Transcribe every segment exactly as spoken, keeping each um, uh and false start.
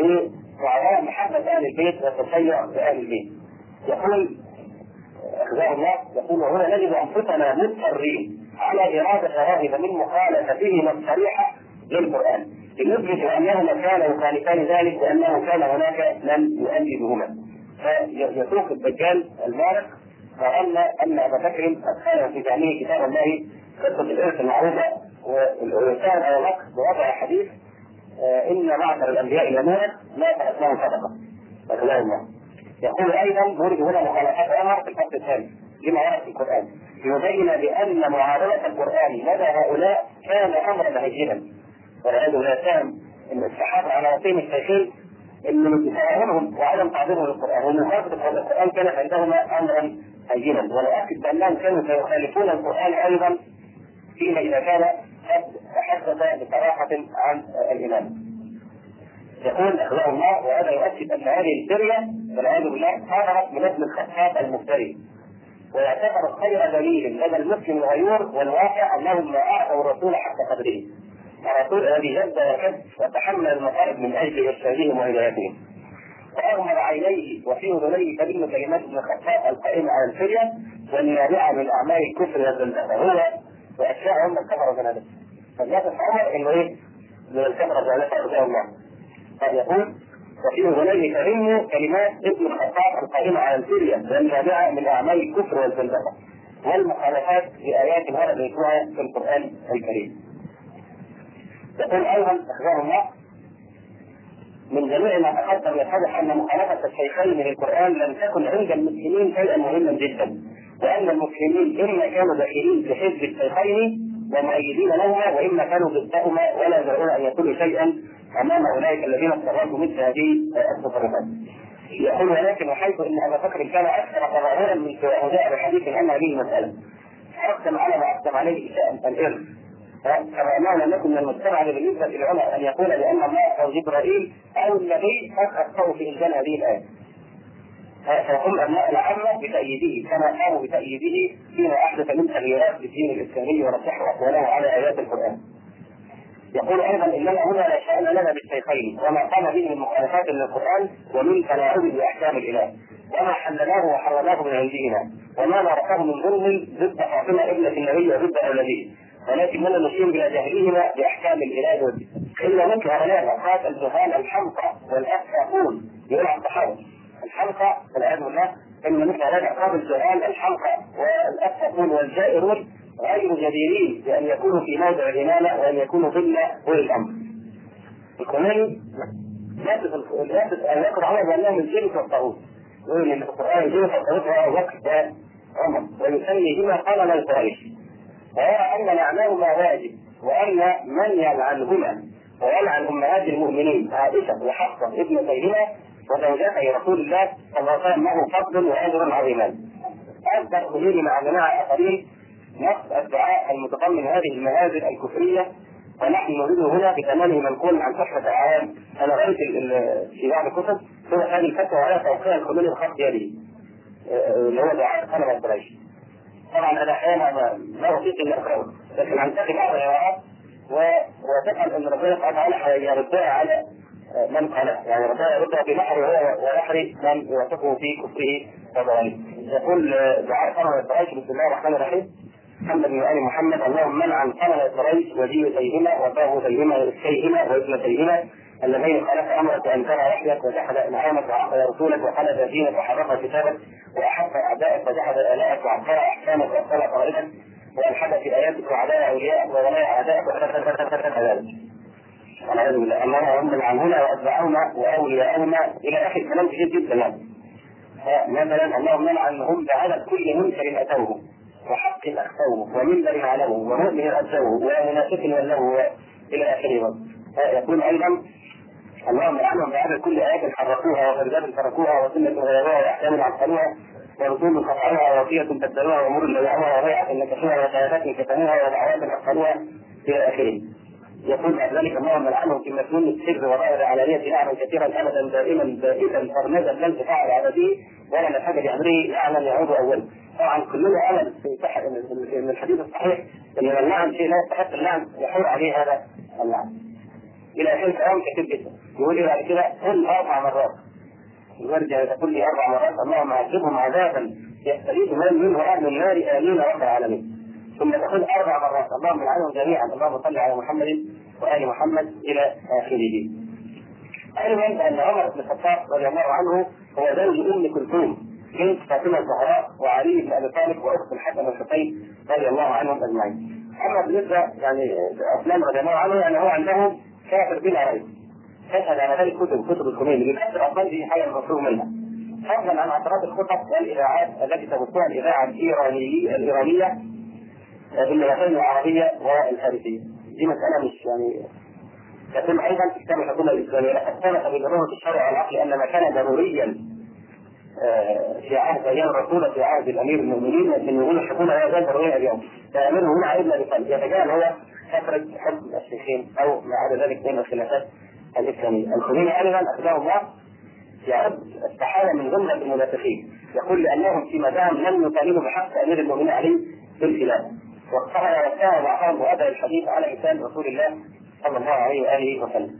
بوعاء محبة أهل البيت والتشيع بأهل البيت. يقول أخزاه الله يقول: وهنا نجد أنفسنا مضطرين على إرادة راغبة من مخالفتهما الصريحة للقرآن لنثبت أنهما كانا يخالفان ذلك وأنه كان هناك من يؤيدهما. فيسوق الدجال المارق فأن أن أبا بكر أدخله في تعليم كتاب الله قصة الإرث المعروفة، والإنسان أو بكر بوضع حديث آه إن معشر الأنبياء لموت لا تأتيهم صدقة. أخزاه الله. يقول أيضا: نريد هنا مخالفات أمر في الفصل الثاني لما ورد في القرآن ليبين بأن معارضة القرآن لدى هؤلاء كان أمرا هينا، والعياذ بالله كان الصحابة على وصية الشيخين ان تفاهمهم وعدم تعظيمهم للقرآن ومخالفة القرآن كانت عندهما أمرا هينا، ولأكد بأنهم كانوا سيخالفون القرآن أيضا فيما إذا كان قد تحدث بصراحة عن الإمام. يقول أخزاه الله: وهذا يؤكد أن هذه السرية والعياذ بالله صدرت من ابن الخطاب المفتري، ويعتبر خير دليل لدى المسلم الغيور والواقع أنهم ما أعطوا الرسول حق قدره، الرسول الذي جد وكد وتحمل المصائب من أجل إرشادهم وهدايتهم. فأغمض عينيه وفي أذنيه تبين كلمات ابن الخطاب القائمة على السرية والنابعة من أعمال الكفر والزندقة هو وأشياء هم الكفر والزنادقة. فالناس الأمر إنه إيه؟ من الكفر والزنادقة أخزاه الله. يقول: وفي أذنيه تهم كلمات ابن الخطاب القائمة على السرية والنابعة من أعمال الكفر والزندقة والمخالفات لآيات وردتها في القرآن الكريم. يقول أيضا أخبار الله: من جميع ما تقدم يتضح أن مخالفة الشيخين للقرآن لم تكن عند المسلمين شيئا مهما جدا، وأن المسلمين إما كانوا داخلين في حزب الشيخين ومؤيدين لهما، وإما كانوا ضدهما ولا يدعون أن يكونوا شيئا أمام أولئك الذين استغرقوا مثل هذه التصرفات. يقول: ولكن وحيث أن أبا بكر كان أكثر تظاهرا من شهداء بحديث عن هذه المسألة أقسم على ما أقسم عليه شأن الإرث، كما لم يكن من المجتمع بالنسبة للعلماء أن يقول بأن الله أو جبرائيل أو النبي قد أخطأوا في إنزال هذه الآية، فهم أبناء العامة بتأييده كما قاموا بتأييده فيما أحدث من تغييرات في الدين الإسلامي ورجحوا أقواله على آيات القرآن. يقول أيضا: إننا هنا لا شأن لنا بالشيخين وما قام به من مخالفات للقرآن ومن تلاعب بأحكام الإله وما حللناه وحرمناه من عندنا وما نرقه من ظلم ضد فاطمة ابنة النبي وضد أولده، ولكننا نشير إلى جهلهما بأحكام الإله والدين. إلا مثل هؤلاء الأوقات الجهال الحمقى والأفاقون يقول عن الصحابة الحمقى والعياذ بالله إن مثل هؤلاء الأوقات الجهال الحمقى والأفاقون والجائرون غير جديرين بأن يكونوا في موضع الإمامة وأن يكونوا ضمن أولي الأمر. القرآن يثبت أن يقرأ على بأنهم الجنس والطاغوت، يقول إن القرآن الجنس والطاغوت هو وقت عمر ويسميهما قال من قريش، ويرى أن لعنهما واجب وأن من يلعنهما ويلعن أمهات المؤمنين عائشة وحفصة ابنتيهما وزوجاتي رسول الله صلى الله عليه وسلم له فضل وأجر عظيمان. أكثر خليل مع جماعة آخرين نص الدعاء المتضمن هذه المهازل الكفرية، ونحن نريده هنا بثمانه منقول عن صحة أعوام. أنا رأيت في بعض الكتب هو هذه الفتوى على توقيع الخليل الخاص بيده اللي هو دعاء سنة قريش. طبعا أنا أحيانا ما أطيق إلا أقرأه، لكن أنتقي بعض العراق وتفهم أن ربنا تعالى يردها على من قاله، يعني ربنا يردها بنحر هو ونحر من يوافقه في كفره وضلاله. يقول دعاء سنة قريش: بسم الله الرحمن الرحيم، محمد بن آل محمد، اللهم منعا سنة قريش وجيوتيهما وطاغوتيهما ورسكيهما وابنتيهما الذين خلق امرك ان ترى وحيك وجحد انعامك وعصى رسولك وخلد دينك وحرف كتابك واحب اعدائك وجحد الائك وعبر احكامك واطلع قائدك والحد في اياتك وعداء اوليائك وولاء اعدائك وكذلك. والعياذ بالله. اللهم من عنهما واتبعهما واولياءهما الى اخر كلام كثير جدا. يعني مثلا اللهم من عنهم بعدد كل منكر اتوه وحق اخفوه ومنبر علوه ومؤمن ابزوه ومنافق ولوه الى اخره. يقول ايضا: اللهم لعنهم بعدد كل آيات حرقوها وكذاب تركوها وسنة غيروها وأحكام عطلوها ورسول قطعوها ووصية بدلوها وأمور ليعوها وبيعة نكشوها وشهادات كتموها ودعوات أخروها إلى آخره. يقول ذلك: اللهم لعنهم في مسنون السر وغير علانية لعنا كثيرا أبدا دائما دائما فرمدا لا انتفاع العبدي ولا نفاذ لأمره لعنا يعود أولا. طبعا كلنا أمل في صحة من الحديث الصحيح أن اللعن شيء لا يستحق اللعن يحول عليه هذا اللعن إلى آخر كلام كثير جدا. يقول لي بعد كده قل اربع مرات، يرجع يقول لي اربع مرات اللهم عذبهم عذابا يستفيد من منه اهل النار امين رب العالمين. ثم تقول اربع مرات اللهم العنهم جميعا اللهم صل على محمد وال محمد الى اخره. علم ان عمر بن الخطاب رضي الله عنه هو زوج ام كلثوم بنت فاطمه الزهراء وعلي بن ابي طالب واخت الحسن والحسين رضي الله عنهم اجمعين. اما بالنسبه يعني افلام رضي الله عنه يعني هو عندهم كافر بلا ريب، تشهد على ذلك كتب كتب الخميني بكثر اصلا دي حاجه المفروغ منها، فضلا عن عشرات الخطب والاذاعات التي تبثها الاذاعه الايرانيه الايرانيه باللغتين العربيه والفارسيه. دي مساله مش يعني يتم ايضا في كتاب الحكومه الاسلاميه، لقد ثبت بضروره الشرع والعقل ان ما كان ضروريا في عهد ايام الرسول في عهد الامير المؤمنين لكن يقول الحكومه لا زال ضروريه اليوم، فامره هنا عيبنا بقلب يتجاهل هو كثره حكم الشيخين او ما عدا ذلك من الخلافات الاسلاميه. الخميني ايضا اخذه الله يعد الصحابه من جمله المنافقين، يقول لانهم فيما دام لم يطالبوا بحق امير المؤمنين عليه بالخلاف، واقترن وكان معهم وابى الحديث على لسان رسول الله صلى الله عليه واله وسلم.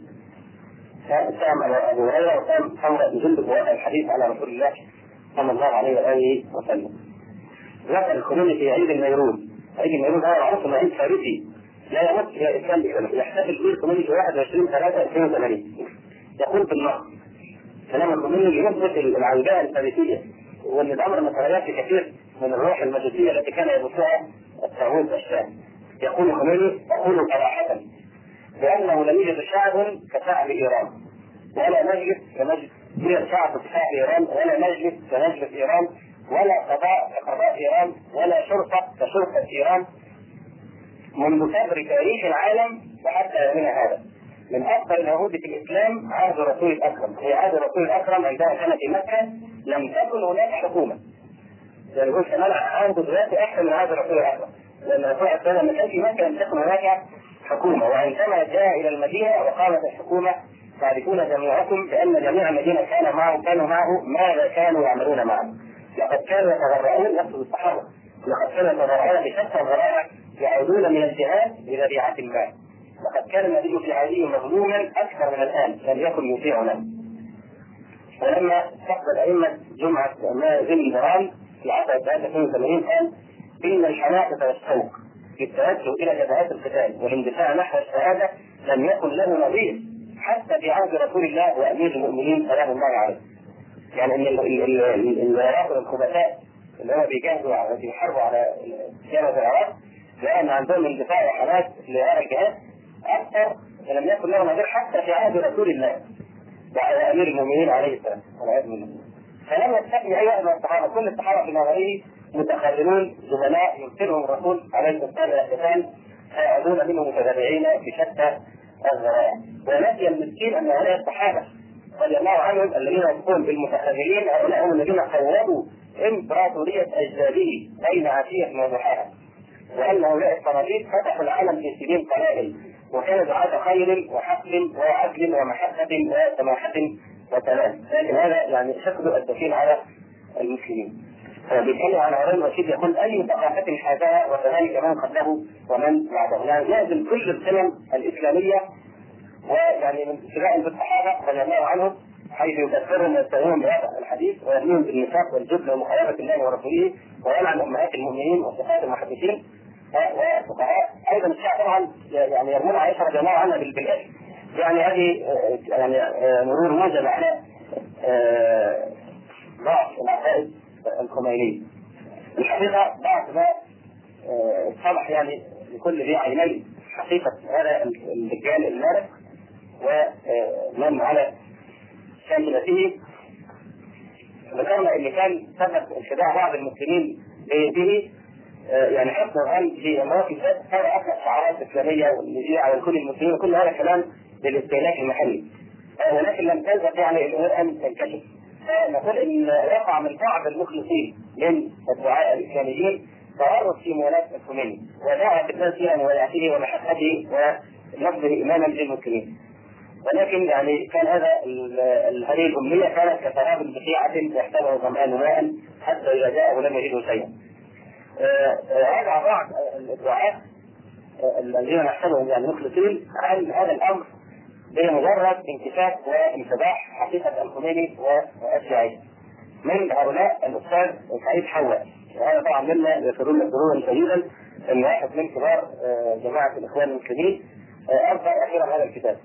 سام ابو هريره وسام حول جلد وابى الحديث على رسول الله صلى الله عليه واله وسلم. ذكر الخميني في عيد النيروز، عيد النيروز هو معروف انه عيد فارسي لا يمت الى الاسلام، يحتفل به الخميني في واحد وعشرين ثلاثة ألفين وثمانين. يقول بالنص كلام الخميني يثبت العودة الفارسيه وان الامر متغير في كثير من الروح المجوسيه التي كان يبثها الطاغوت الشام. يقول الخميني اقول صراحه بانه لم يوجد شعب كشعب ايران، ولا مجلس كمجلس شعب كشعب ايران، ولا مجلس كمجلس ايران، ولا قضاء كقضاء ايران، ولا شرطه كشرطه ايران منذ صدر تاريخ العالم وحتى يومنا هذا. من اكثر العهود في الاسلام عهد الرسول الاكرم، في عهد الرسول الاكرم عندما كان في مكه لم تكن هناك حكومه. يعني يقول كمان عهد دلوقتي احسن من عهد الرسول الاكرم، لان الرسول الاكرم لما كان في مكه لم تكن هناك حكومه، وعندما جاء الى المدينه وقامت الحكومه تعرفون جميعكم بان جميع الذين كان معه كانوا معه ماذا كانوا يعملون معه. لقد كانوا يتغرعون نفس الصحابه، لقد كانوا يتغرعون بشتى الغرائع يعودون من الجهاد بذريعه ما. لقد كان النبي في عهده مظلوما اكثر من الان لم يكن يطيعنا. ولما استقبل ائمه جمعه مازن الجيران في عام اثنين وثمانين قال ان الحماسه والشوق في التوجه الى جبهات القتال والاندفاع نحو الشهاده لم يكن له نظير حتى في عهد رسول الله وامير المؤمنين سلام الله عليه. يعني ان الرافضه الخبثاء اللي هم بيجاهدوا بيحاربوا على سياسه العراق لان عندهم اندفاع وحماس لهذا الجهاد اكثر لم يكن له نظير حتى في عهد رسول الله وعلى امير المؤمنين عليه السلام والعياذ بالله. فلم يستثني اي واحد من الصحابه، كل الصحابه في نظره متخللون جبناء يرسلهم الرسول عليه الصلاه والسلام فيعودون منه متتابعين بشتى الذرائع. ونسي المسكين ان هؤلاء الصحابه رضي الله عنهم الذين يقولون بالمتخللين هؤلاء هم الذين قوضوا امبراطوريه اجداده بين عشيه وضحاها، وان هؤلاء الصناديق فتحوا العالم في سنين قلائل وكانوا دعاة خير وحق وعدل ومحبه وسماحه وسلام. لكن هذا يعني شكل الدخيل على المسلمين. فبيتكلم عن هارون الرشيد يقول اي ثقافه حاذاها وكذلك من قبله ومن بعده، يعني لازم كل القيم الاسلاميه ويعني من ابتداء بالصحابه رضي الله عنهم حيث يكفرهم ويستهينون بهذا الحديث ويرميهم بالنفاق والجبن ومخالفه الله ورسوله ويلعن امهات المؤمنين وصفات المحدثين والفقهاء. ايضا الشيعة طبعا يعني يرمون عائشه رضي الله عنها بالاثم. يعني هذه يعني مرور موجب على ضعف العقائد الخمينية. الحقيقة بعد ما اتضح يعني لكل ذي عينين حقيقة هذا الرجال المارق ومن على شاكلته، ذكرنا ان كان سبب انخداع بعض المسلمين به يعني حسن الان في اماكن ذات صار اكثر شعارات اسلاميه والمذيعه والكل المسلمين وكل هذا الكلام للاستهلاك المحلي، ولكن لم تلزم يعني الامور ان تنكشف. نقول ان وقع من بعض المخلصين من الدعاء الاسلاميين تورط في موالاه الخميني ودعا الناس الى موالاته ومحبته ونصبه اماما للمسلمين، ولكن يعني كان هذا هذه الامنيه كانت كسراب بقيعه يحتوي ظمآن ماء حتى اذا جاءه لم يجده شيئا. هذا بعض الدعاة الذين نحسبهم يعني مخلصين عن هذا الامر هي مجرد انكشاف وانفتاح حقيقه الخميني والشيعيه من هؤلاء الاستاذ سعيد حواء. وهذا طبعا مما يسرون سرورا شديدا ان واحد من كبار جماعه الاخوان المسلمين اصدر اخيرا هذا الكتاب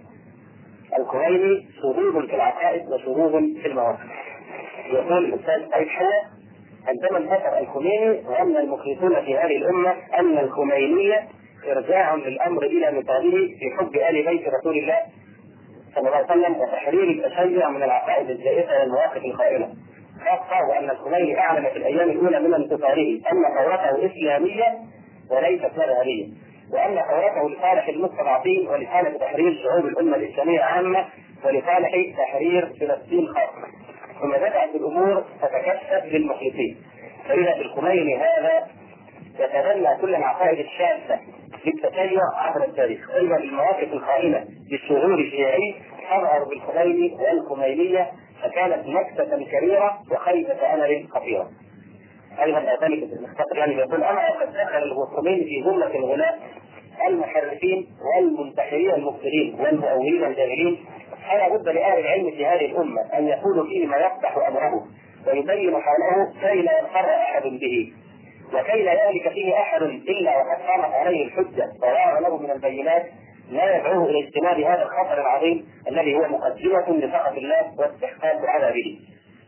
الخميني شذوذ في العقائد وشذوذ في المواقف. يقول الاستاذ سعيد حواء: عندما انتصر الخميني وان المخلصون في هذه الامه ان الخمينيه ارجاع للامر الى مثاله في حب ال بيت رسول الله صلى الله عليه وسلم وتحرير التشيع من العقائد الزائفه والمواقف الخائنه، خاصه وان الخميني اعلن في الايام الاولى من انتصاره ان ثورته اسلاميه وليست مذهبيه، وان ثورته لصالح المستضعفين ولصالح تحرير شعوب الامه الاسلاميه عامه ولصالح تحرير فلسطين خاصه. ثم بدات الامور تتكشف للمخلصين، فاذا الخميني هذا يتبنى كل العقائد الشاذه للتشيع عبر التاريخ، ايضا المواقف الخائنه للشذوذ الشيعي تظهر بالخميني والخمينيه، فكانت نكسه كبيره وخيبه امل خطيره. ايضا ذلك المختصر يعني يقول: انا قد دخل الخميني في جمله الغلاة المحرفين والمنتحرين المبطلين والمؤولين الجاهلين، فلا بد لاهل العلم في هذه الامه ان يقولوا فيه ما يفتح امره ويبين حاله كي لا يغتر احد به، وكي لا يهلك فيه احد الا وقد قامت عليه الحجه وظهر له من البينات لا يدعوه الى اجتناب هذا الخطر العظيم الذي هو مقدمه لسخط الله واستحقاق عذابه.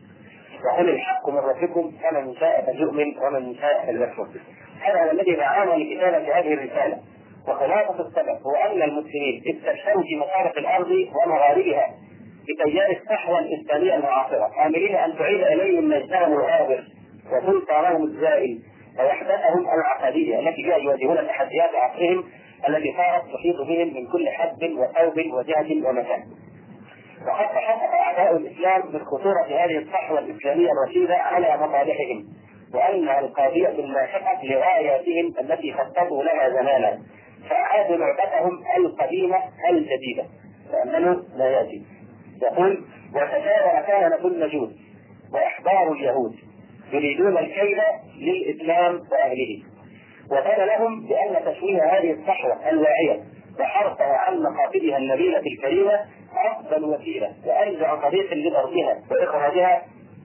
وقل الحق من ربكم فمن شاء فليؤمن ومن شاء فليكفر. هذا هو الذي دعانا لكتابه هذه الرساله. وخلاصه السبب هو ان المسلمين استبشروا في مشارق الارض ومغاربها بتيار الصحوه الاسلاميه المعاصره، املين ان تعيد اليهم مجدهم الغابر وسلطانهم الزائل ووحدتهم العقديه التي فيها يواجهون تحديات عصرهم التي صارت تحيط بهم من كل حد وثوب وجهه ومكان. وقد تحقق اعداء الاسلام من خطوره هذه الصحوه الاسلاميه الرشيده على مصالحهم، وانها القاضيه اللاحقه لغاياتهم التي خططوا لها زمانا، فاعادوا لعبتهم القديمه الجديده فانه لا ياتي. يقول: وتجاوز كان كل جود واحبار اليهود يريدون الكيد للاسلام واهله، وكان لهم بان تشويه هذه الصحوه الواعيه وحرفها عن مقاصدها النبيله الكريمه افضل وسيله وانجع طريق لضربها واخراجها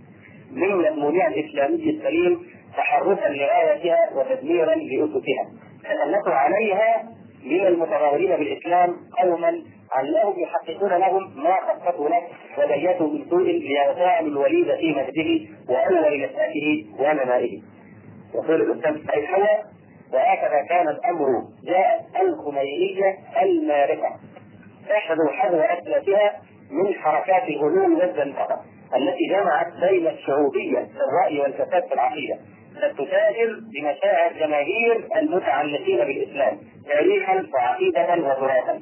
من مضمونها الاسلامي السليم تحرفا لغايتها وتدميرا لاسسها. تسلطوا عليها من المتظاهرين بالاسلام قوما علهم يحققون لهم ما خططوا له وبيتوا من سوء ليغتال الوليد في مهده واول نشاته ونمائه. يقول الاستاذ سعيد حواء: وهكذا كان الامر. جاءت الخمينيه المارقه تحذو حذو اسلافها من حركات الغلو والزندقه التي جمعت بين الشعوبيه في الراي والفساد في العقيده، فتتاجر بمشاعر جماهير المتعلقين بالاسلام تاريخا وعقيده وتراثا،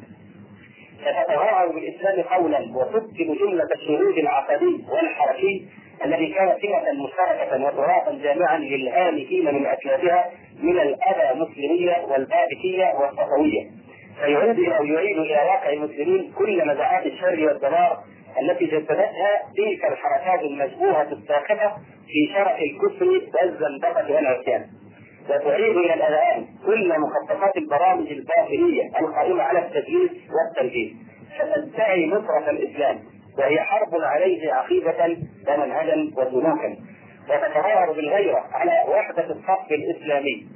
فتتظاهر بالاسلام قولا وتبطل جمله الشذوذ العقدي والحركي الذي كان سمه مشتركه وتراثا جامعا للهالكين من اسلافها من الابى مسلميه والبابكيه والصفويه، فيعيد او يعيد الى واقع المسلمين كل نزعات الشر والدمار التي جسدتها تلك الحركات المشبوهه الساخطه في شرف الكفر والزندقه والعصيان، وتعيد الى الاذهان كل مخططات البرامج الباطنيه القائمه على التدليس والتلبيس، فتدعي نصره الاسلام وهي حرب عليه عقيده ومنهجا وسلوكا، وتتظاهر بالغيره على وحده الصف الاسلامي،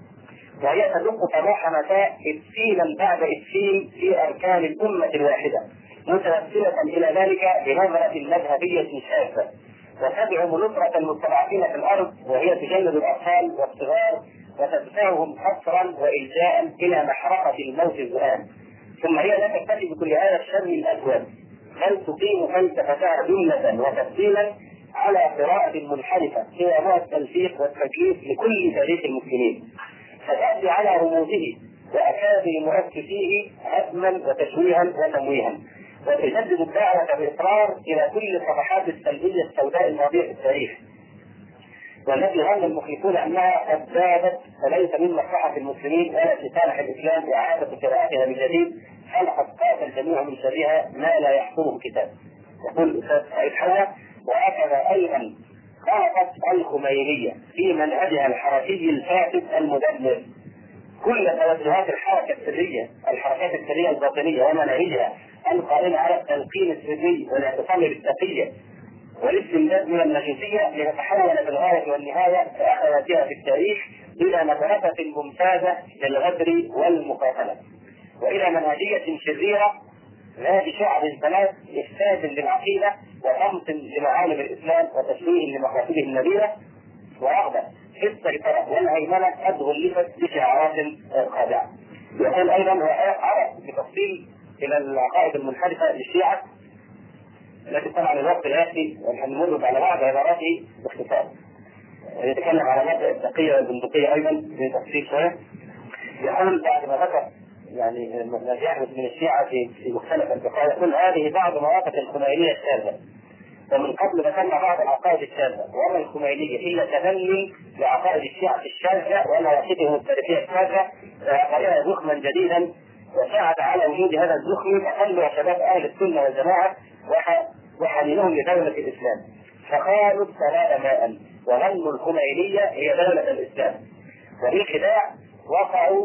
وهي تدق صباح مساء افسيلا بعد افسيل في اركان الامه الواحده، متوسله الى ذلك بنظره مذهبيه شاذه، وتدعم نصره المستضعفين في الارض وهي تجلد الاطفال والصغار وتدفعهم حصرا والجاء الى محرقه الموت الزؤام. ثم هي لا تكتفي بكل هذا الشر الاسود، بل تقيم فلسفتها جمله وتفصيلا على قراءه منحرفه قوامها التلفيق والتكليف لكل تاريخ المسلمين، فتأتي على رموزه وأكابر مؤسسيه هدما وتشويها وتمويها، وتجدد الدعوة بإصرار إلى كل الصفحات السلبية السوداء الماضية في التاريخ، والتي ظن المخلصون أنها قد زادت فليس من مصلحة المسلمين ولا في صالح الإسلام إعادة قراءتها من جديد، فلقد قاتل الجميع من شرها ما لا يحصره كتاب. يقول الأستاذ سعيد حواء: وهكذا أيضا خالفت الخمينية في منهجها الحركي الفاسد المدمر كل توجهات الحركة السرية الحركات السرية الباطنية ومناهجها القائمة على التلقين السري والاعتصام بالتقية والاستمداد من النجوسية لتتحول في الغاية والنهاية كأخواتها في التاريخ إلى مدرسة ممتازة للغدر والمقاتلة، وإلى منهجية شريرة لا بشعب ثلاث إفساد للعقيدة وطمس لمعالم الإسلام وتشويه لمقاصده النبيلة ورغبة في السيطرة والهيمنة قد غلفت بشعارات خادعة. يقول أيضا وعرف بتفصيل إلى العقائد المنحرفة للشيعة التي طبعا الوقت الآتي ونمر على بعض عباراته باختصار. يتكلم على مبدأ التقية والبندقية أيضا بتفصيل شوية. يقول بعد ما ذكر يعني ما يحدث من الشيعة في مختلف البقايا يقول هذه بعض مواقف الخمينية الشاذة، ومن قبل ذكرنا بعض العقائد الشاذة وما الخمينية إلا تبني لعقائد الشيعة الشاذة ومواقفهم التاريخية الشاذة فأعطاها زخما جديدا وساعد على وجود هذا الزخم تخلوا شباب أهل السنة والجماعة وحنينهم لدولة الإسلام فقالوا السراء ماء وظنوا الخمينية هي دولة الإسلام وبالخداع وقعوا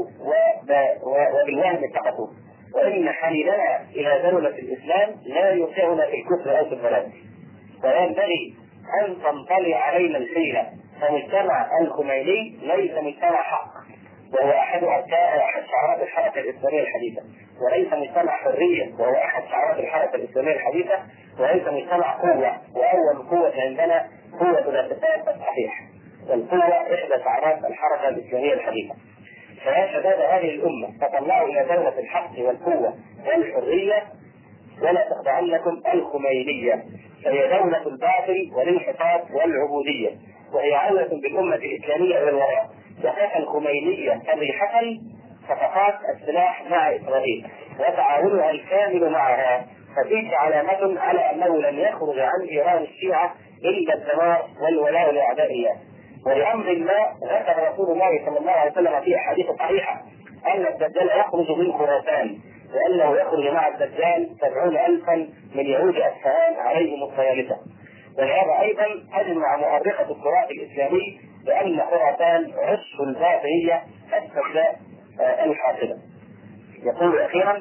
وبالوهم اتقفوا، وإن حنيننا إلى دولة الإسلام لا يوسعنا في الكفر أو في الضلال، وينبغي أن تنطلي علينا الحيلة فمجتمع الخميني ليس مجتمع حق وهو أحد أحد شعارات الحركة الإسلامية الحديثة، وليس مجتمع حرية وهو أحد شعارات الحركة الإسلامية الحديثة، وليس مجتمع قوة وأول قوة عندنا قوة الاعتصام الصحيح، والقوة إحدى شعارات الحركة الإسلامية الحديثة. فيا شباب هذه الأمة تطلعوا إلى دولة الحق والقوة والحرية ولا تخدعنكم الخمينية، فهي دولة الباطل والانحطاط والعبودية، وهي عودة بالأمة الإسلامية إلى الوراء. وخاف الخمينية كريحة صفقات السلاح مع إسرائيل وتعاونها الكامل معها، فتلك علامة على أنه لن يخرج عن إيران الشيعة إلا الدمار والولاء لأعداء الله. ولأمر ما ذكر رسول الله صلى الله عليه وسلم في أحاديث صحيحة أن الدجال يخرج من خراسان وأنه يخرج مع الدجال سبعون ألفا من يهود أصفهان عليهم الصيالسة. ولهذا أيضا أجمع مؤرخة التراث الإسلامي بأن خراسان عش الباطنية السوداء الحاصلة. يقول أخيرا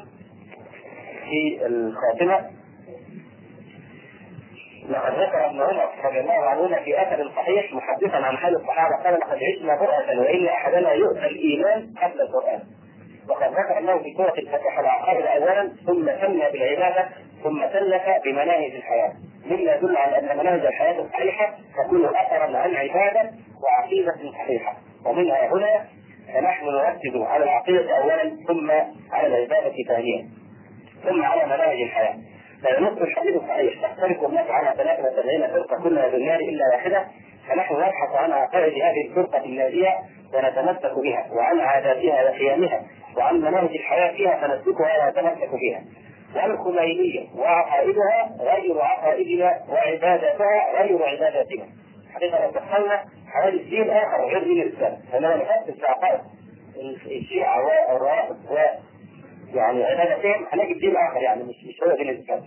في الخاتمة لقد ذكر ابن عمر رضي الله عنهما في اثر صحيح محدثا عن حال الصحابه قال لقد عشنا برهه وان احدنا يؤتى الايمان قبل القران، وقد ذكر انه في سوره الفاتحه العقائد اولا ثم سمى بالعباده ثم سلك بمناهج الحياه، مما يدل على ان مناهج الحياه الصحيحه تكون اثرا عن عباده وعقيده صحيحه، ومنها هنا فنحن نركز على العقيده اولا ثم على العباده ثانيا ثم على مناهج الحياه. فنص الحديث الصحيح تختلف الناس على ثلاثة وسبعين فرقة كلها في النار إلا واحدة، فنحن نبحث عن عقائد هذه الفرقة الناجية ونتمسك بها، وعن عاداتها وقيمها، وعن مناهج الحياة فيها فنسلكها ونتمسك بها. والخمينية وعقائدها غير عقائدنا وعبادتها غير عباداتنا. حقيقة لو دخلنا حوالي دين آخر غير دين الإسلام، فإننا نحدث في عقائد الشيعة والروافض و يعني عبادتهم هنجد دين آخر يعني مش مش هو دين الإسلام.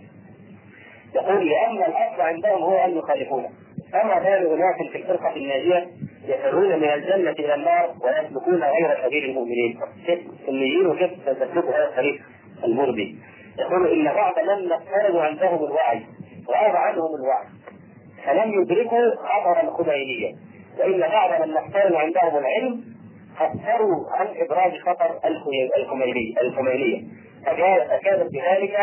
يقول لأن الأصل عندهم هو أن يخالفونه، أما بال أناس في الفرقة الناجية يفرون من الجنة إلى النار ويسلكون غير سبيل المؤمنين. كيف السنيين وكيف تسلكوا هذا الطريق المرضي؟ يقول إن بعض من نفترض عندهم الوعي وغاب عنهم الوعي فلم يدركوا خطر الخمينية، وإن بعض من نفترض عندهم العلم خسروا عن إبراز خطر الخمينية الخمينية فكانت بذلك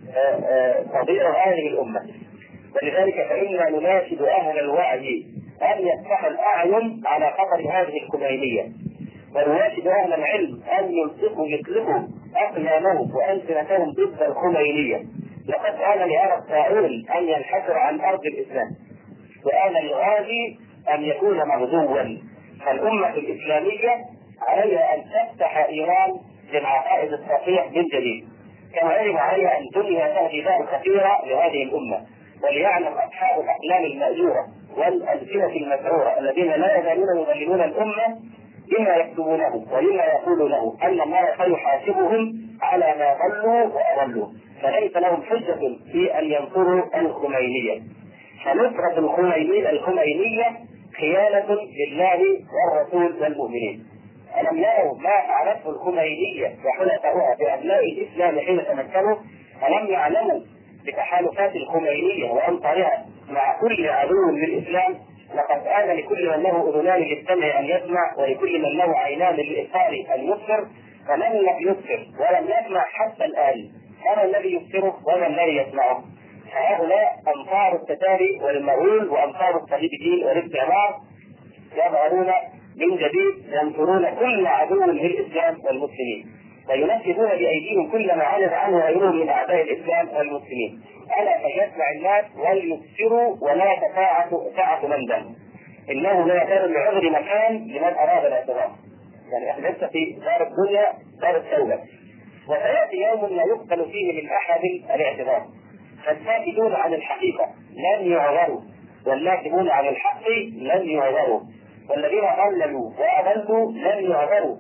تضيع هذه الأمة. ولذلك فإنا نناشد أهل الوعي أن يفتحوا الأعين على خطر هذه الخمينية، ونناشد أهل العلم أن يلصقوا يطلقوا أقلامهم وألسنتهم ضد الخمينية. لقد آن لهذا الطاعون أن ينحسر عن أرض الإسلام، وآن للغازي أن يكون مغزوا. فالأمة الإسلامية عليها أن تفتح إيران للعقائد الصحيح من جديد، كما يجب عليها أن تنهي تهديدات خطيرة لهذه الأمة، وليعلم أصحاب الأقلام المأجورة والألسنة المسعورة الذين لا يزالون يضللون الأمة بما يكتبونه وبما يقولونه أن الله سيحاسبهم على ما ضلوا وأضلوا، فليس لهم حجة في أن ينصروا الخمينية. فنصرة الخمينية الخمينية خيانة لله والرسول والمؤمنين. ألم يروا ما فعلته الخمينية وحلفاؤها بأبناء الإسلام حين تمكنوا؟ ألم يعلموا بتحالفات الخمينية وأنصارها مع كل عدو للإسلام؟ لقد آن لكل من له أذنان للسمع أن يسمع، ولكل من له عينان للإبصار أن يبصر، فمن لم يبصر ولم يسمع حتى الآن فما الذي يبصره وما الذي يسمعه؟ فهؤلاء أنصار التتاري والمغول وأنصار الصليبيين والاستعمار يظهرون من جديد ينصرون كل عدو للإسلام والمسلمين، وينفذون بأيديهم كل ما عجز عنه غيرهم من أعداء الإسلام والمسلمين. ألا فليسمع الناس وليبصروا ولا تساعة ساعة مندم، إنه لا يكاد لعذر مكان لمن أراد الاعتراف. يعني احنا لسه في دار الدنيا دار التوبة، وسيأتي يوم لا يقبل فيه من أحد الاعتراف، فالساكتون عن الحقيقة لن يعذروا، والناكبون عن الحق لن يعذروا، والذين ضللوا وأضلوا لن يعذروا.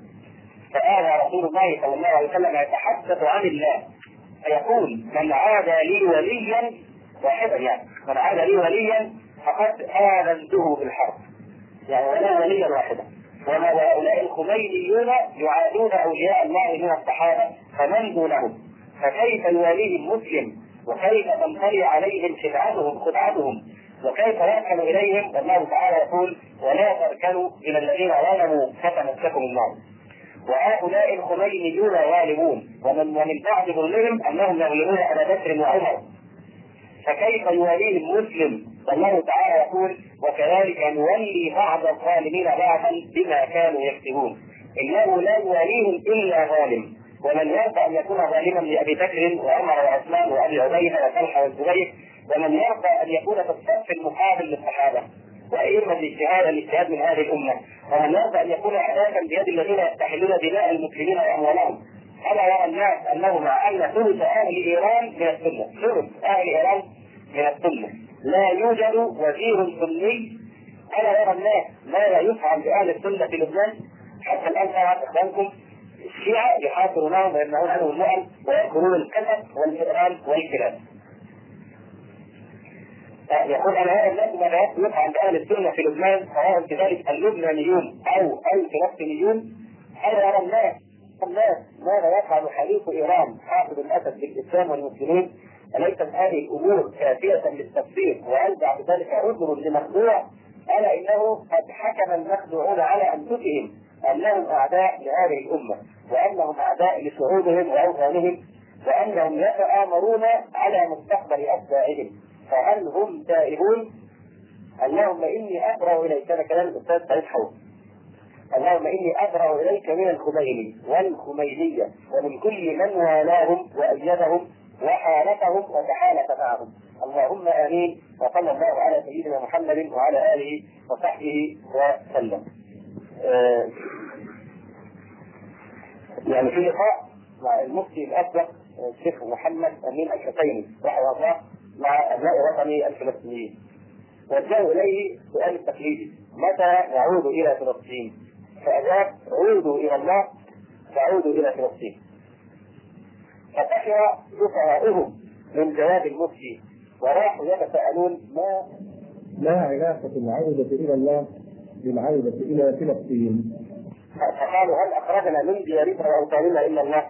فآل رسول الله صلى الله عليه وسلم يتحدث عن الله فيقول: من عاد لي وليا واحدا، يعني من عاد لي وليا فقد آذنته بالحرب، يعني ولا وليا واحدا. وما هؤلاء الخمينيون يعادون أولياء الله من الصحابة فمن دونهم، فكيف يواليه المسلم؟ وكيف تنطلي عليهم خدعتهم خدعتهم وكيف يركن إليهم؟ والله تعالى يقول: ولا تركنوا إلى الذين ظلموا فتمسكم النار. وهؤلاء الخمينيون غالبون، ومن ومن بعد ظلمهم أنهم يغلبون أبا بكر وعمر، فكيف يواليه المسلم؟ والله تعالى يقول: وكذلك نولي بعض الظالمين بعضا بما كانوا يكسبون. إنه لا يواليهم إلا ظالم، ومن يرضى أن يكون ظالما لأبي بكر وعمر وعثمان وأبي عبيدة وطلحة والزبير، ومن يرضى أن يكون في الصف المقابل للصحابة وأئمة الاجتهاد الاجتهاد من هذه الأمة، ومن يرضى أن يكون عداكا بيد الذين يستحلون دماء المسلمين وأموالهم. ألا يرى الناس أنه مع أن ثلث أهل إيران من السنة، ثلث أهل إيران من السنة، لا يوجد وزير سني. ألا يرى الناس ما لا يفعل بأهل السنة في لبنان؟ حتى الآن تعرف إخوانكم الشيعة يحاصرونهم ويمنعون عنهم اللعن ويذكرون الكسب والفئران والكلاب. يقول: أنا هذا الناس ما لا يفعل بأهل السنة في لبنان، سواء كذلك اللبنانيون أو الفلسطينيون. ألا يرى الناس الناس ماذا يفعل حليف إيران حافظ الأسد بالإسلام والمسلمين؟ أليست هذه الأمور كافية للتفسير وأرجع بذلك عذر لمخدوع؟ ألا إنه قد حكم المخدوعون على أنفسهم أنهم أعداء لهذه الأمة، وأنهم أعداء لشعوبهم وأوطانهم، وأنهم يتآمرون على مستقبل أتباعهم، فهل هم تائبون؟ اللهم إني أبرأ إليك، هذا كلام الأستاذ سعيد حوض، اللهم إني أبرأ إليك من الخميني والخمينية ومن كل من والاهم وأيدهم وحالفهم وتحالف معهم. اللهم آمين. وصلى الله على سيدنا محمد وعلى آله وصحبه وسلم. آه يعني في لقاء مع المفتي الأسبق الشيخ محمد أمين الحسيني رحمه الله مع أبناء وطني الفلسطينيين، وجهوا إليه سؤال التقليدي: متى نعود إلى فلسطين؟ فأجاب: عودوا إلى الله فعودوا إلى فلسطين. فسخر سفهاؤهم من جواب المفتي وراحوا يتساءلون: ما ما علاقة العودة إلى الله بالعودة إلى فلسطين؟ فقالوا: هل أخرجنا من ديارنا وأوطاننا إلا الله؟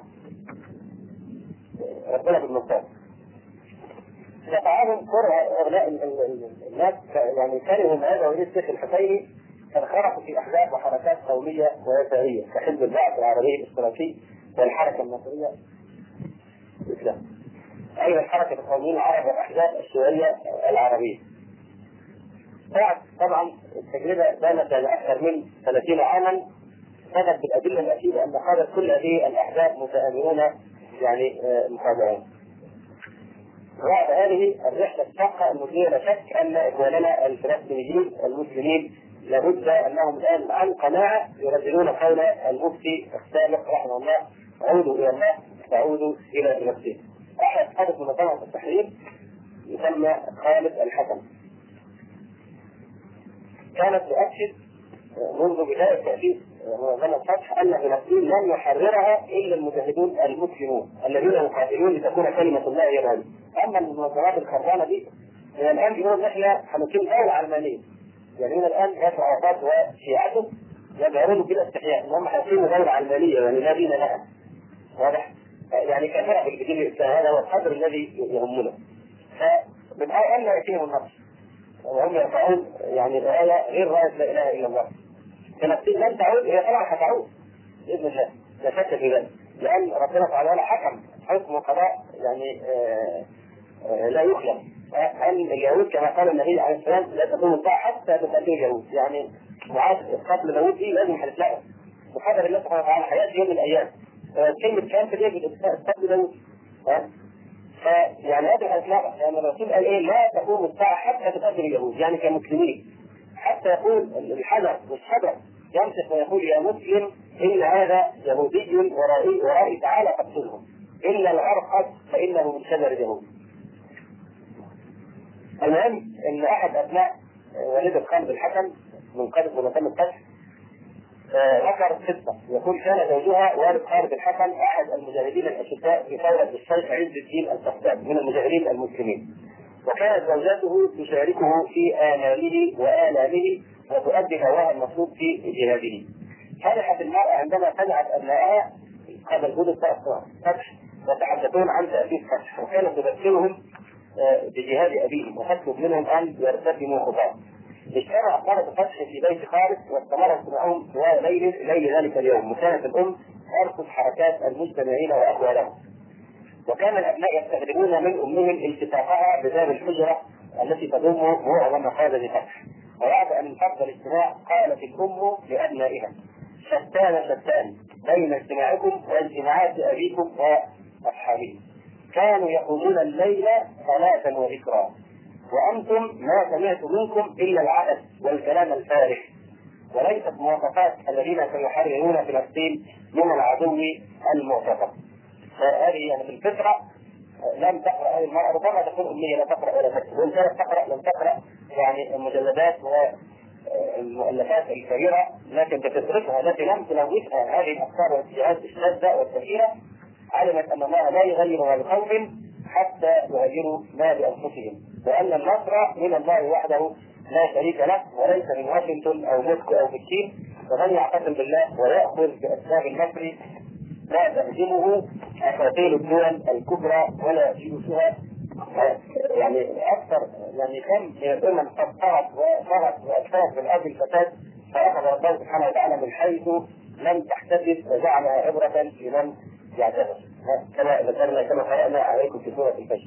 ربنا بالمصاب. فطعامهم كره أغناء الناس، يعني كانوا من هذا وليد الشيخ الحسيني فانخرطوا في أحزاب وحركات قومية ويسارية كحزب البعث العربي الاشتراكي والحركة النصرية الإسلام، أيضا حركة القوميين العرب والأحزاب الشيوعية العربية. بعد طبعا التجربة بانت بعد أكثر من ثلاثين عاما ثبت بالأدلة الأكيدة أن قادة كل هذه الأحزاب متآمرون يعني مخادعون. بعد هذه الرحلة الشاقة المثيرة لا شك أن إخواننا الفلسطينيين المسلمين لابد أنهم الآن عن قناعة يرددون قول المفتي السابق رحمه الله: عودوا إلى الله تعودوا إلى فلسطين. أحد حدث منظمة التحرير يسمى خالد الحسن كانت تؤكد منذ بداية تأسيس منظمة فتح أن فلسطين لن يحررها إلا المجاهدون المسلمون الذين يقاتلون لتكون كلمة الله هي العليا. أما المنظمات الخربانة دي من الآن بيقولوا إن إحنا هنقيم دولة علمانية، يعني من الآن ياسر عرفات وشيعته يجعلون بلا استحياء إن هم هيقيموا دولة علمانية يعني لا دين لها. واضح؟ يعني كافرة بالدين الإسلام، هذا هو القدر الذي يهمنا. فمن أن يأتيهم النصر وهم يرفعون يعني الآية غير راية لا إله إلا الله، فلسطين لن تعود، هي طبعا هتعود بإذن الله لا شك في ذلك، لأن ربنا تعالى حكم حكم وقضاء يعني آآ آآ لا يخلف. أن اليهود كما قال النبي عليه السلام لا تكون الطاعة حتى تقتل اليهود، يعني معاد قتل داوود دي لازم هنتلاقى بقدر الله سبحانه وتعالى حياة يوم من الأيام. كلمة كان في اليد قتل داوود، فيعني هذا الإطلاق يعني الرسول قال إيه لا تقوم الساعة حتى تقتل اليهود، يعني كمسلمين حتى يقول الحجر والحجر يمسك ويقول يا مسلم إن هذا يهودي ورائي ورائي تعالى قتلهم إلا الغرقد فإنه من شجر اليهود. المهم إن أحد أبناء والد خالد الحكم من قادة ولتم القتل ذكر قصة يقول كان زوجها والد خالد الحكم أحد المجاهدين الأشداء في ثورة الشيخ عز الدين السقاف من المجاهدين المسلمين، وكانت زوجته تشاركه في آماله وآلامه وتؤدي هواها المطلوب في جهاده. فرحت المرأة عندما سمعت أبنائها قبل وجود فتح وتحدثون عن تأسيس فتح، وكانت تذكرهم بجهاد أبيهم وتطلب منهم أن يرتكبوا خطاه. اجتمع طلبة فتح في بيت خالد واستمر اجتماعهم طوال ليل ليل ذلك اليوم، وكانت الأم ترصد حركات المجتمعين وأقوالهم، وكان الأبناء يستخدمون من أمهم التفاقها بباب الحجرة التي تضم معظم مخازن فتح. وبعد أن انفض الاجتماع قالت الأم لأبنائها شتان شتان بين اجتماعكم واجتماعات أبيكم وأصحابه، كانوا يقومون الليل صلاة وذكرى وأنتم ما سمعت منكم إلا العبث والكلام الفارغ وليست مواصفات الذين سيحررون فلسطين من العدو المعتقد. فهذه يعني في الفطرة لم تقرأ هذه المرأة، ربما تكون أمية لا تقرأ ولا تكتب، وإن كانت تقرأ لم تقرأ يعني المجلدات والمؤلفات الكبيرة، لكن بفطرتها التي لم تلوثها هذه الأفكار والاتجاهات الشاذة والكثيرة علمت أن الله لا يغير ما بقوم حتى يغيروا ما بأنفسهم، وأن النصر من الله وحده لا شريك له وليس من واشنطن أو موسكو أو بكين، ومن يعتصم بالله ويأخذ بأسباب النصر لا تهزمه أساطيل الدول الكبرى ولا جيوشها. يعني أكثر يعني كم من الأمم قد طغت وطغت وأكثرت من أجل الفساد، فأخذ الله سبحانه وتعالى من حيث لم تحتسب وجعلها عبرة لمن يعتبر، كما ذكرنا كما قرأنا عليكم في سورة الفجر.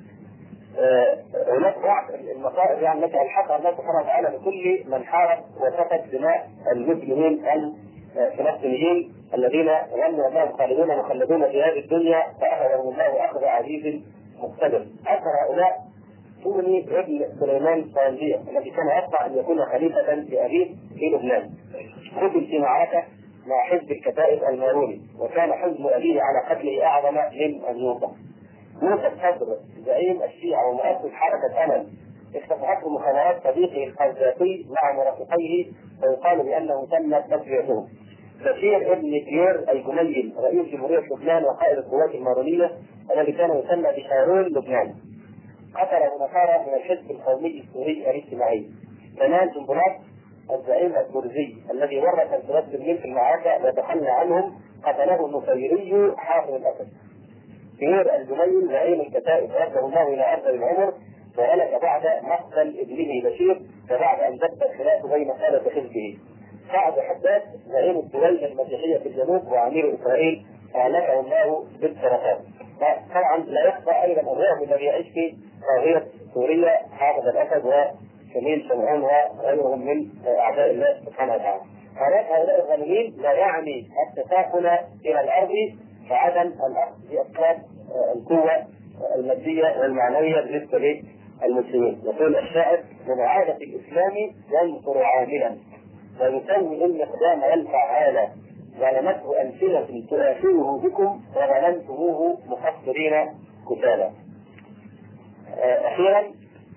هناك بعض المصائب يعني التي الحقها الله سبحانه وتعالى لكل من حارب وسفك دماء المسلمين الفلسطينيين الذين ظنوا انهم خالدون مخلدون في هذه الدنيا فاخذهم الله اخذ عزيز مقتدر. اثر هؤلاء سوني ابن سليمان الصاندية الذي كان يطمع ان يكون خليفه لابيه في لبنان، قتل في معركه مع حزب الكتائب الماروني، وكان حزب ابيه على قتله اعظم من ان يوقف. موسى الصدر زعيم الشيعة ومؤسس حركة أمل اختطفته مخابرات صديقه القذافي مع مرافقيه ويقال بأنه تمت تسويتهم. بشير ابن كيير الجميل رئيس جمهورية لبنان وقائد القوات المارونية الذي كان يسمى بشارون لبنان قتل نصارى من الحزب القومي السوري الاجتماعي. كمان جنبلاط الزعيم البرزي الذي ورث الفلسطينيين في المعركة وتخلى عنهم قتله النصيري حافظ الأسد. كيير الجميل زعيم الكتائب رده الله الى ارض العمر وهلك بعد مقتل ابنه بشير وبعد ان دب الخلاف بين خالة حزبه. سعد حداد زعيم الدول المسيحيه في الجنوب وامير اسرائيل اهلكه الله بالسرطان. طبعا لا يخفى ايضا الرعب الذي يعيش في طاغيه سوريا حافظ الاسد وشميل شمعون وغيرهم من اعداء الله سبحانه وتعالى. هؤلاء هؤلاء الظالمين لا يعني التساكن الى الارض وعدم الاخذ باسباب القوه الماديه والمعنويه بالنسبه للمسلمين. يقول الشاعر من عاده الاسلام ينصر عاملا ويسوي المقدام والفعال ظلمته امثله تؤثره بكم وظلمتموه مقصرين كسالى. اخيرا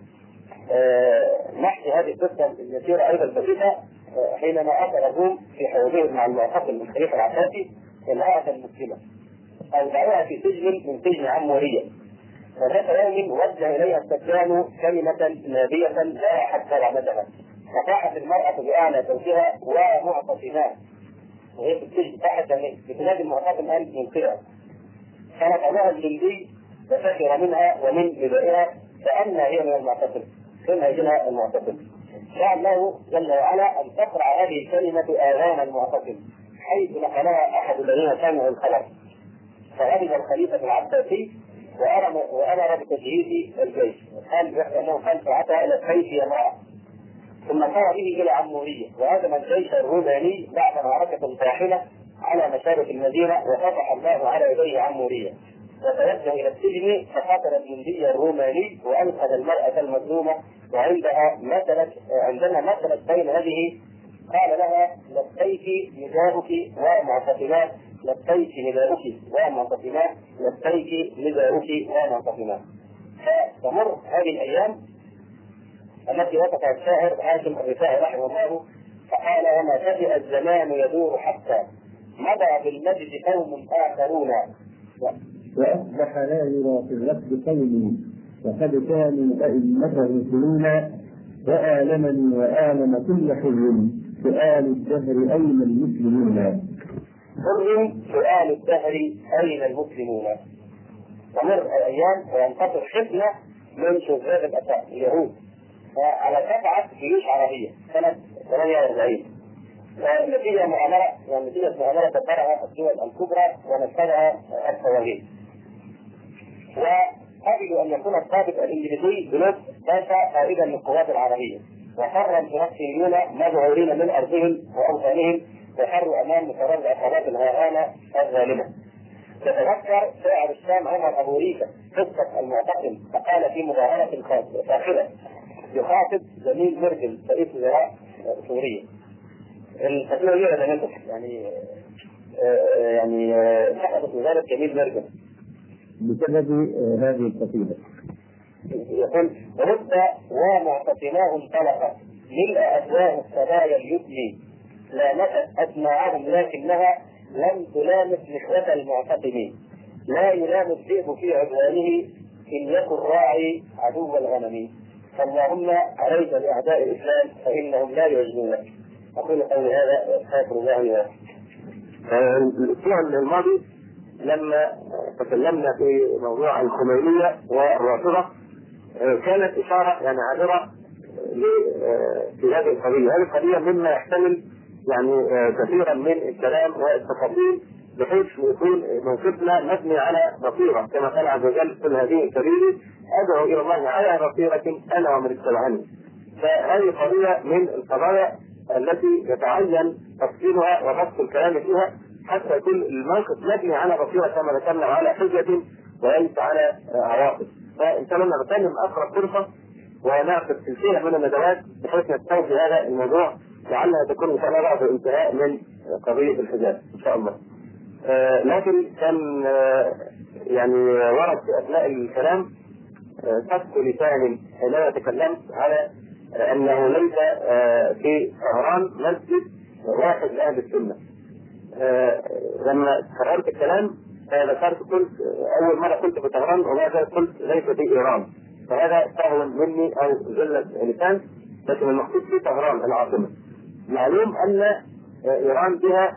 نحكي هذه القصه اليسيره ايضا بسيطه. حينما اتى الروم في حوارهم مع المعتقل من الخليفه العباسي امراه مسلمه أودعوها في سجن من سجن عمورية، وذات يوم وجه إليها السجان كلمة نابية لا حتى رعمتها، فصاحت المرأة بأعلى صوتها ومعتصمات وهي في السجن تحت بتنادي المعتصم أن ينقذها، فنقضها الجندي وسخر منها ومن بدائها كأنها هي من المعتصم، كما يجينا المعتصم. شاء الله جل وعلا أن تقرأ هذه الكلمة آذان المعتصم حيث نقلها أحد الذين سمعوا الخبر، فغضب الخليفة العباسي وأمر وأمر بتجهيز الجيش، قال أنه قال ساعتها إلى السيف يا امرأة، ثم سار به إلى عمورية وهزم الجيش الروماني بعد معركة طاحنة على مشارف المدينة، وفتح الله على يديه عمورية، وتوجه إلى السجن فقاتل الجندي الروماني وأنقذ المرأة المظلومة، وعندها مثلت عندما مثلت بين هذه قال لها لبيك نداؤك ومعتصمات، لبيك نداؤك ومعتصمات، لبيك نداؤك ومعتصمات. فتمر هذه الأيام التي وصفها الشاعر هاشم الرفاعي رحمه الله فقال وما شفئ الزمان يدور حتى مضى بالمجد قوم آخرون وأصبح لا يرى في الركب قومي وقد كانوا أئمة رسلونا وآلمني وآلم كل حر سؤال الدهر أين المسلمون. حر سؤال الدهر أين المسلمون. تمر الأيام وينتصر حفنة من شباب الأساء اليهود على سبعة جيوش عربية سنة ثمانية وأربعين، ونتيجة مؤامرة ونتيجة مؤامرة دبرها الدول الكبرى ونفذها الصواريخ. وقبل أن يكون الضابط الإنجليزي بلوك باشا قائدا للقوات العربية، وفر الفلسطينيون مذعورين من أرضهم وأوطانهم وفروا أمام مقرر العصابات الهائلة الظالمة. تتذكر شاعر الشام عمر أبو ريكة قصة المعتصم فقال في مظاهرة فاخرة يخاطب زميل ميركل رئيس وزراء سوريا الفتوى هي لدى يعني آه يعني سقطت وزارة جميل ميركل بسبب هذه القصيدة. يقول رد ومعتصماه انطلقت ملء أفواه السبايا اليتمي لامست أسماعهم لكنها لم تلامس نخوة المعتصمين، لا يلام الذئب في عدوانه إن يكن راعي عدو الغنم، فاللهم عليك بأعداء الإسلام فإنهم لا يعجبونك. أقول قولي هذا وأستغفر الله لي ولكم. الأسبوع الماضي لما تكلمنا في موضوع الخمينية والرافضة كانت إشارة يعني عابرة في هذه القضية. هذه القضية مما يحتمل يعني كثيرا من الكلام والتفاصيل بحيث يكون موقفنا مبني على بصيرة كما قال عز وجل قل هذه سبيلي أدعو إلى الله على بصيرة أنا ومن اتبعني. فهذه قضية من القضايا التي يتعين تفصيلها وبسط الكلام فيها حتى يكون الموقف مبني على بصيرة كما ذكرنا على حجة وليس على عواطف. فإن شاء الله نغتنم أقرب فرصة ونأخذ سلسلة من الندوات بحيث نستوفي هذا الموضوع لعلها تكون إن شاء الله بعد الانتهاء من قضية الحجاب إن شاء الله. آه لكن كان آه يعني ورد في أثناء الكلام سفك آه لسان حينما تكلمت على آه أنه ليس آه في طهران مسجد واحد لأهل السنة. آه لما قررت الكلام ذكرت قلت أول مرة قلت في طهران وبعد ذلك قلت ليس في إيران، فهذا سهو مني أو زلة لسان، لكن المقصود في طهران العاصمة. معلوم أن إيران بها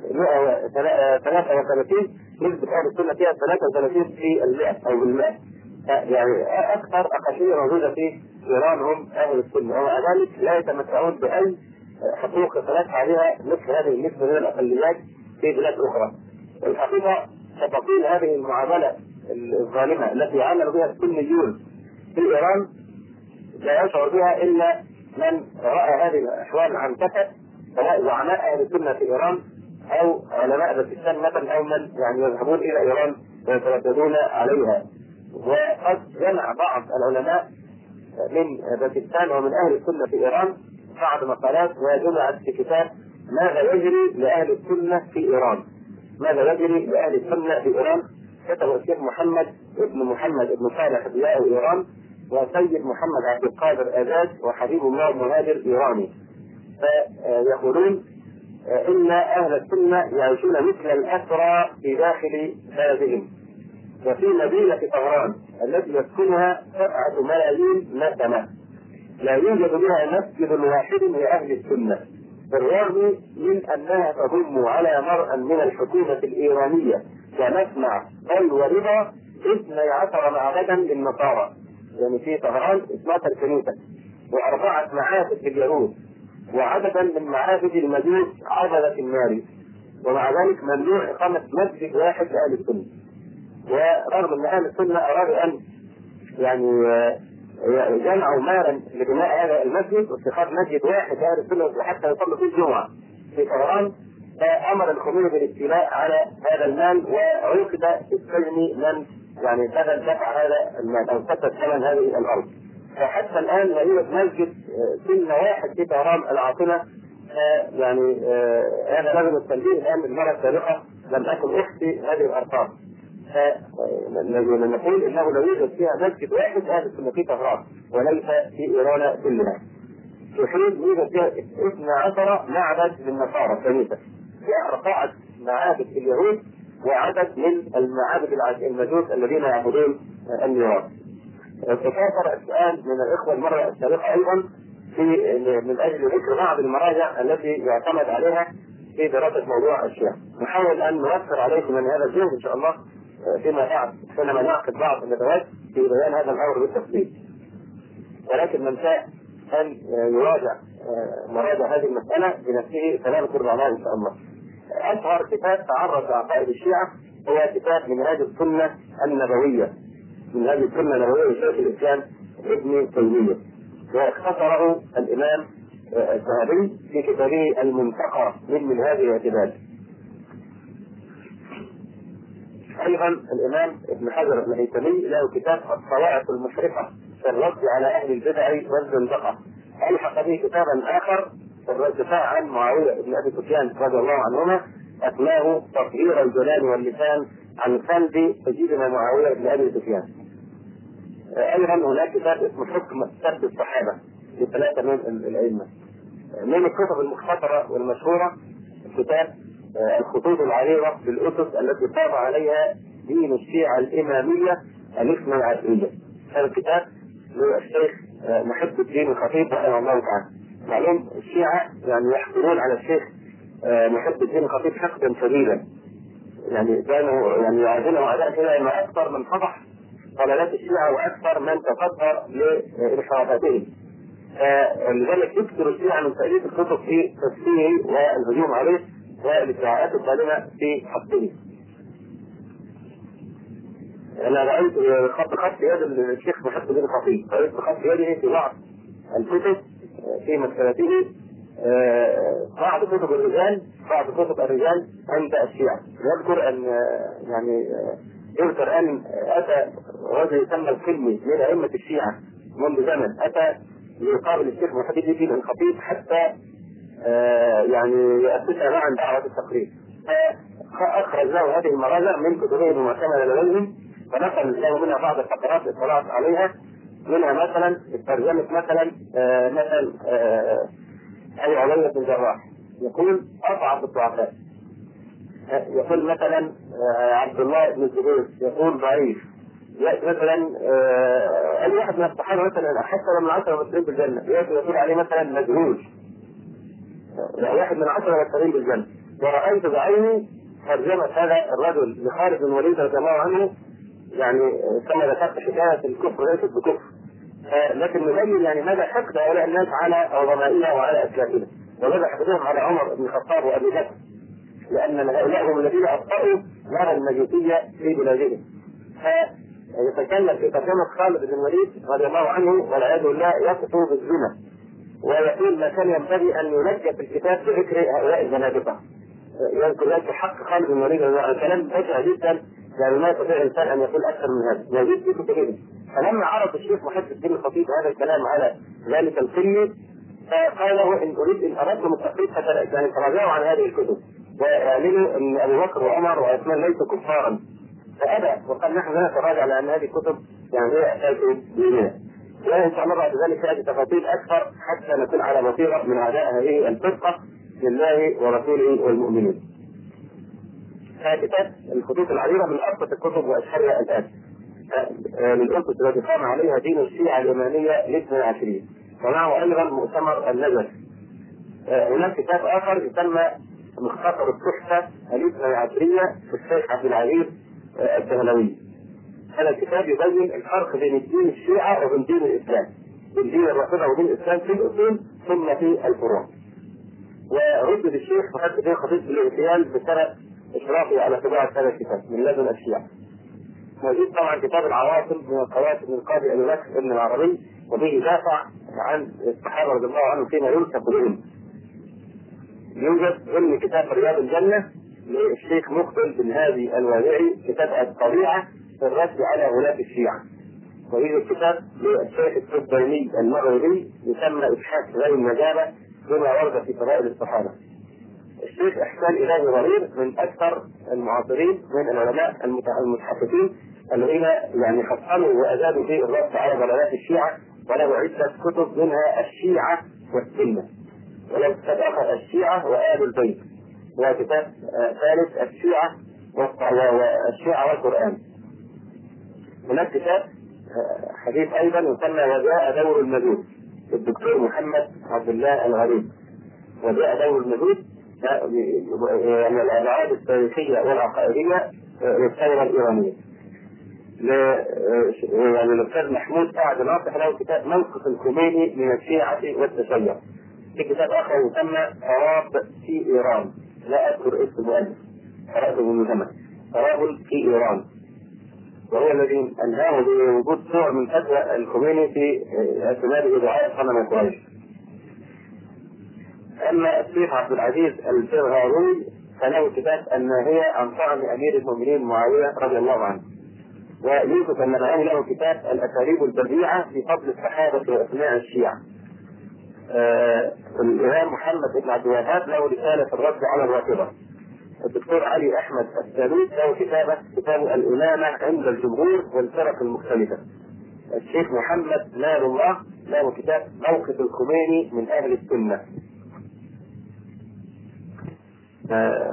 ثلاثة وثلاثين نسبة أهل السنة فيها ثلاثة وثلاثين في المئة أو بالمئة، يعني أكثر أقلية موجودة في إيران هم أهل السنة، ومع ذلك لا يتمتعون بأي حقوق يتمتع عليها مثل هذه النسبة من الأقليات في بلاد أخرى. الحقيقة تفاصيل هذه المعاملة الظالمة التي عملوا بها السنيون في إيران لا يشعر بها إلا من رأى هذه الأحوال عن كثب، سواء زعماء أهل السنة في إيران أو علماء باكستان مثلا أو من يعني يذهبون إلى إيران ويترددون عليها. وقد جمع بعض العلماء من باكستان ومن أهل السنة في إيران بعض مقالات وجمعت في كتاب ماذا يجري لأهل السنة في إيران. ماذا يجري لأهل السنة في إيران كتبه الشيخ محمد ابن محمد ابن صالح ضياء إيران وسيد محمد عبد القادر آزاد وحبيب الله مهاجر إيراني. فيقولون إن أهل السنة يعيشون مثل الأسرى في داخل بلدهم، وفي مدينة طهران التي يسكنها سبعة ملايين نسمة لا يوجد بها مسجد واحد لأهل السنة، بالرغم من أنها تضم على مرأى من الحكومة الإيرانية ومسمع بل ورضا اثني عشر معبدا للنصارى، يعني في طهران اثنتا كنيسة وأربعة معابد لليهود وعددا من معابد المجوس عبدة النار، ومع ذلك ممنوع إقامة مسجد واحد لأهل السنة. ورغم أن أهل السنة أرادوا أن يعني جمعوا مالا لبناء هذا المسجد واتخاذ مسجد واحد لأهل السنة حتى يصلوا فيه الجمعة في طهران، فأمر الخميني بالاستيلاء على هذا المال وعوقب بالسجن من يعني بذل دفع هذا المال أو سدد ثمن هذه الأرض. فحتى الآن لا يوجد مسجد سنة واحد في طهران العاصمة. يعني هذا لازم التنبيه الآن المرة السابقة لم أكن أخفي هذه الأرقام. نقول إنه لا يوجد فيها مسجد واحد أهل السنة في طهران وليس في إيران كلها. في حين يوجد فيها اثني عشر معبد للنصارى كنيسة، فيها أربعة معابد في اليهود وعدد من المعابد المجوس الذين يعبدون النيران. تكاثر السؤال من الإخوة المرة السابقة أيضا في من أجل ذكر بعض المراجع التي يعتمد عليها في دراسة موضوع الشيعة. نحاول أن نوفر عليكم من هذا الجهد إن شاء الله فيما بعد حينما نعقد بعض الندوات في بيان هذا الأمر بالتفصيل. ولكن من شاء أن يراجع مراجع هذه المسألة بنفسه فلا نكون رعناه إن شاء الله. أشهر كتاب تعرض لعقائد الشيعة هو كتاب منهاج السنة النبوية، منهاج السنة النبوية لشيخ الإسلام ابن تيمية، واختصره الإمام الذهبي في كتابه المنتقى من منهاج الاعتدال. أيضا الإمام ابن حجر الهيثمي له كتاب الصواعق المشرقة في الرد على أهل البدع والزندقة. ألحق به كتابا آخر في الدفاع عن معاوية بن أبي سفيان رضي الله عنهما أسماه تطهير الجنان واللسان عن سلب سيدنا معاوية بن أبي سفيان. أيضا هناك كتاب اسمه حكم سب الصحابة لثلاثة من الأئمة. من الكتب المختصرة والمشهورة كتاب الخطوط العريضة للأسس التي طاب عليها دين الشيعة الإمامية الاثنى عشرية. هذا الكتاب للشيخ محب الدين الخطيب رحمه الله تعالى. معلوم الشيعة يعني يحكمون على الشيخ محب الدين الخطيب حقدا شديدا، يعني كانوا يعني يعادونه أعداء كده ما أكثر من فضح ضلالات الشيعة وأكثر من تصدر لإنحرافاتهم. لذلك يكثر الشيعة من تأليف الكتب في تفسيره والهجوم عليه والادعاءات الظالمة في حقه. أنا رأيت خط خط يد الشيخ محمد بن خطيب، رأيت خط يده في بعض الكتب في مسألته، بعض كتب الرجال بعض كتب الرجال عند الشيعة. يذكر أن يعني يذكر أن أتى رجل يسمى الكلمي من أئمة الشيعة منذ زمن، أتى يقابل الشيخ محمد بن الخطيب حتى يعني يأسسها معا دعوة التقريب، فأخرج له هذه المراجع من كتبه المعتمدة لديهم ونقل له منها بعض الفقرات اطلعت عليها، منها مثلا ترجمة مثلا مثلا أبي عبيدة بن الجراح يقول أضعف الضعفاء، يقول مثلا عبد الله بن الزبير يقول ضعيف، مثلا أي واحد من الصحابة مثلا حتى من عشرة مبشرين بالجنة يقول عليه مثلا مجهول، واحد من عشرة مبشرين بالجنة. ورأيت بعيني ترجمة هذا الرجل لخالد بن الوليد رضي الله عنه، يعني كما ذكرت حكاية الكفر ليست بكفر، لكن نبين يعني ماذا حقد هؤلاء الناس على عظمائنا وعلى أسلافنا، وماذا حقدهم على عمر بن الخطاب وأبي بكر، لأن هؤلاء هم الذين أبطأوا نار المجوسية في بلادهم. فيتكلم في ترجمة خالد بن الوليد رضي الله عنه والعياذ بالله يصف بالزنا، ويقول ما كان ينبغي أن ينجى في الكتاب بذكر هؤلاء الزنادقة. يذكر ذلك حق خالد بن الوليد كلام بشع جدا، يعني ما يستطيع الإنسان أن يقول أكثر من هذا، موجود في كتبه. فلما عرض الشيخ محمد الدين الخطيب هذا الكلام على ذلك القمي فقال له إن أريد إن أردتم التقليد يعني تراجعوا عن هذه الكتب وأعلنوا أن أبو بكر وعمر وعثمان ليسوا كفارا، فأبى وقال نحن لا نتراجع لأن هذه الكتب يعني هي أساس ديننا. وإن شاء الله بعد ذلك هذه تفاصيل أكثر حتى نكون على بصيرة من أعداء هذه الفرقة لله ورسوله والمؤمنين. كتاب الخطوط العريضة من أبسط الكتب وأشهرها الآن من الأسس التي قام عليها دين الشيعة الإمامية الاثنى عشرية، ومعه أيضا مؤتمر النجف. هناك كتاب آخر يسمى مختصر التحفة الاثني عشرية للشيخ عبد العزيز الدهلوي. هذا الكتاب يبين الفرق بين الدين الشيعة وبين دين الإسلام، بين دين الرافضة ودين الإسلام في الأصول ثم في الفروع. وردد الشيخ فقد فيه خطيب بالاغتيال بسبب إشرافه على طباعة هذا الكتاب من لدن الشيعة. موجود طبعا كتاب العواصم من القواسم من قاضي أبي بكر ابن العربي، وبه دافع عن الصحابة رضي الله عنهم فيما يلصق بهم. يوجد ضمن كتاب رياض الجنة للشيخ مقبل بن هادي الوادعي كتاب الطبيعة في الرد على غلاة الشيعة. ويوجد كتاب للشيخ السبيني المغربي يسمى إبحاث غير النجابة بما ورد في فضائل الصحابة. الشيخ إحسان إلهي ضرير من أكثر المعاصرين من العلماء المتحدثين الذين يعني خصموا وأزادوا في الرد على ضلالات الشيعة، وله عدة كتب منها الشيعة والسنة، وله كتاب آخر الشيعة وآل البيت، وكتاب ثالث الشيعة والشيعة والقرآن. هناك كتاب حديث أيضا يسمى وجاء دور المجوس للدكتور محمد عبد الله الغريب. وجاء دور المجوس يعني الأبعاد التاريخية والعقائدية للثورة الإيرانية. يعني الأستاذ محمود سعد ناصح له كتاب موقف الخميني من الشيعة والتشيع. في كتاب آخر يسمى خراب في إيران، لا أذكر اسم المؤلف، خراب بن زمن، خراب في إيران، وهو الذي أنهاه بوجود صور من فتوى الخميني في اعتماد دعاء صنم قريش. أما الشيخ عبد العزيز الفرغاوي فله كتاب الناهية عن طعن أمير المؤمنين معاوية رضي الله عنه. ويوسف النبهاني له كتاب الأساليب البديعة في فضل الصحابة وأثناء الشيعة. آه الإمام محمد بن عبد الوهاب له رسالة في الرد على الرافضة. الدكتور علي أحمد الثالوث له كتابة كتاب الإمامة عند الجمهور والفرق المختلفة. الشيخ محمد نال الله له كتاب موقف الخميني من أهل السنة. آه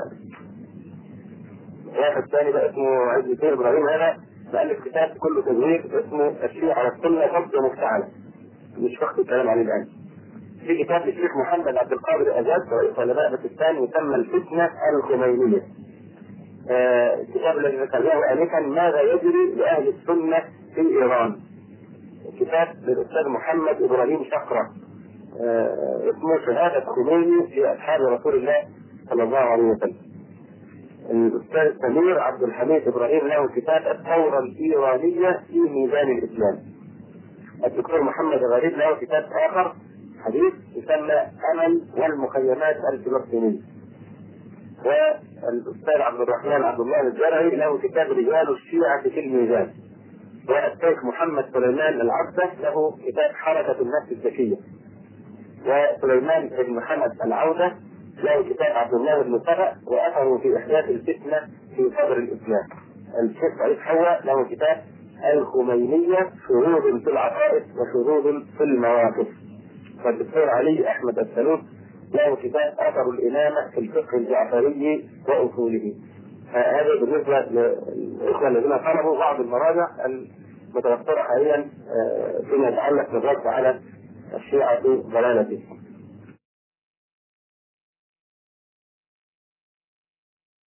واحد ثاني بقى اسمه عز الدين إبراهيم، هذا مؤلف كتاب كله تزوير اسمه الشيعة والسنة فضل مفتعلة، مش وقت الكلام عليه الآن. في كتاب للشيخ محمد عبد القادر أزاد رئيس علماء باكستان يسمى الفتنة الخمينية. آه كتاب الذي ذكرناه آنفا ماذا يجري لأهل السنة في إيران. كتاب للأستاذ محمد إبراهيم شقرة آه اسمه شهادة خميني في أصحاب رسول الله صلى الله عليه وسلم. الأستاذ سمير عبد الحميد إبراهيم له كتاب الثورة الإيرانية في ميزان الإسلام. الدكتور محمد غريب له كتاب آخر حديث يسمى أمل والمخيمات الفلسطينية. والأستاذ عبد الرحمن عبد الله الزرعي له كتاب رجال الشيعة في الميزان. والشيخ محمد سليمان العبده له كتاب حركة النفس الذكية. وسليمان بن محمد العودة له كتاب عبد الله بن سبأ وأثره في إحداث الفتنة في صدر الإسلام. الشيخ سعيد حوا له كتاب الخمينية شذوذ في العقائد وشذوذ في المواقف. والدكتور علي أحمد الثالوث له كتاب أثر الإمامة في الفقه الجعفري وأصوله. هذا بالنسبة للإخوة الذين طلبوا بعض المراجع المتوفرة حاليا فيما يتعلق بالرد على الشيعة ضلالته.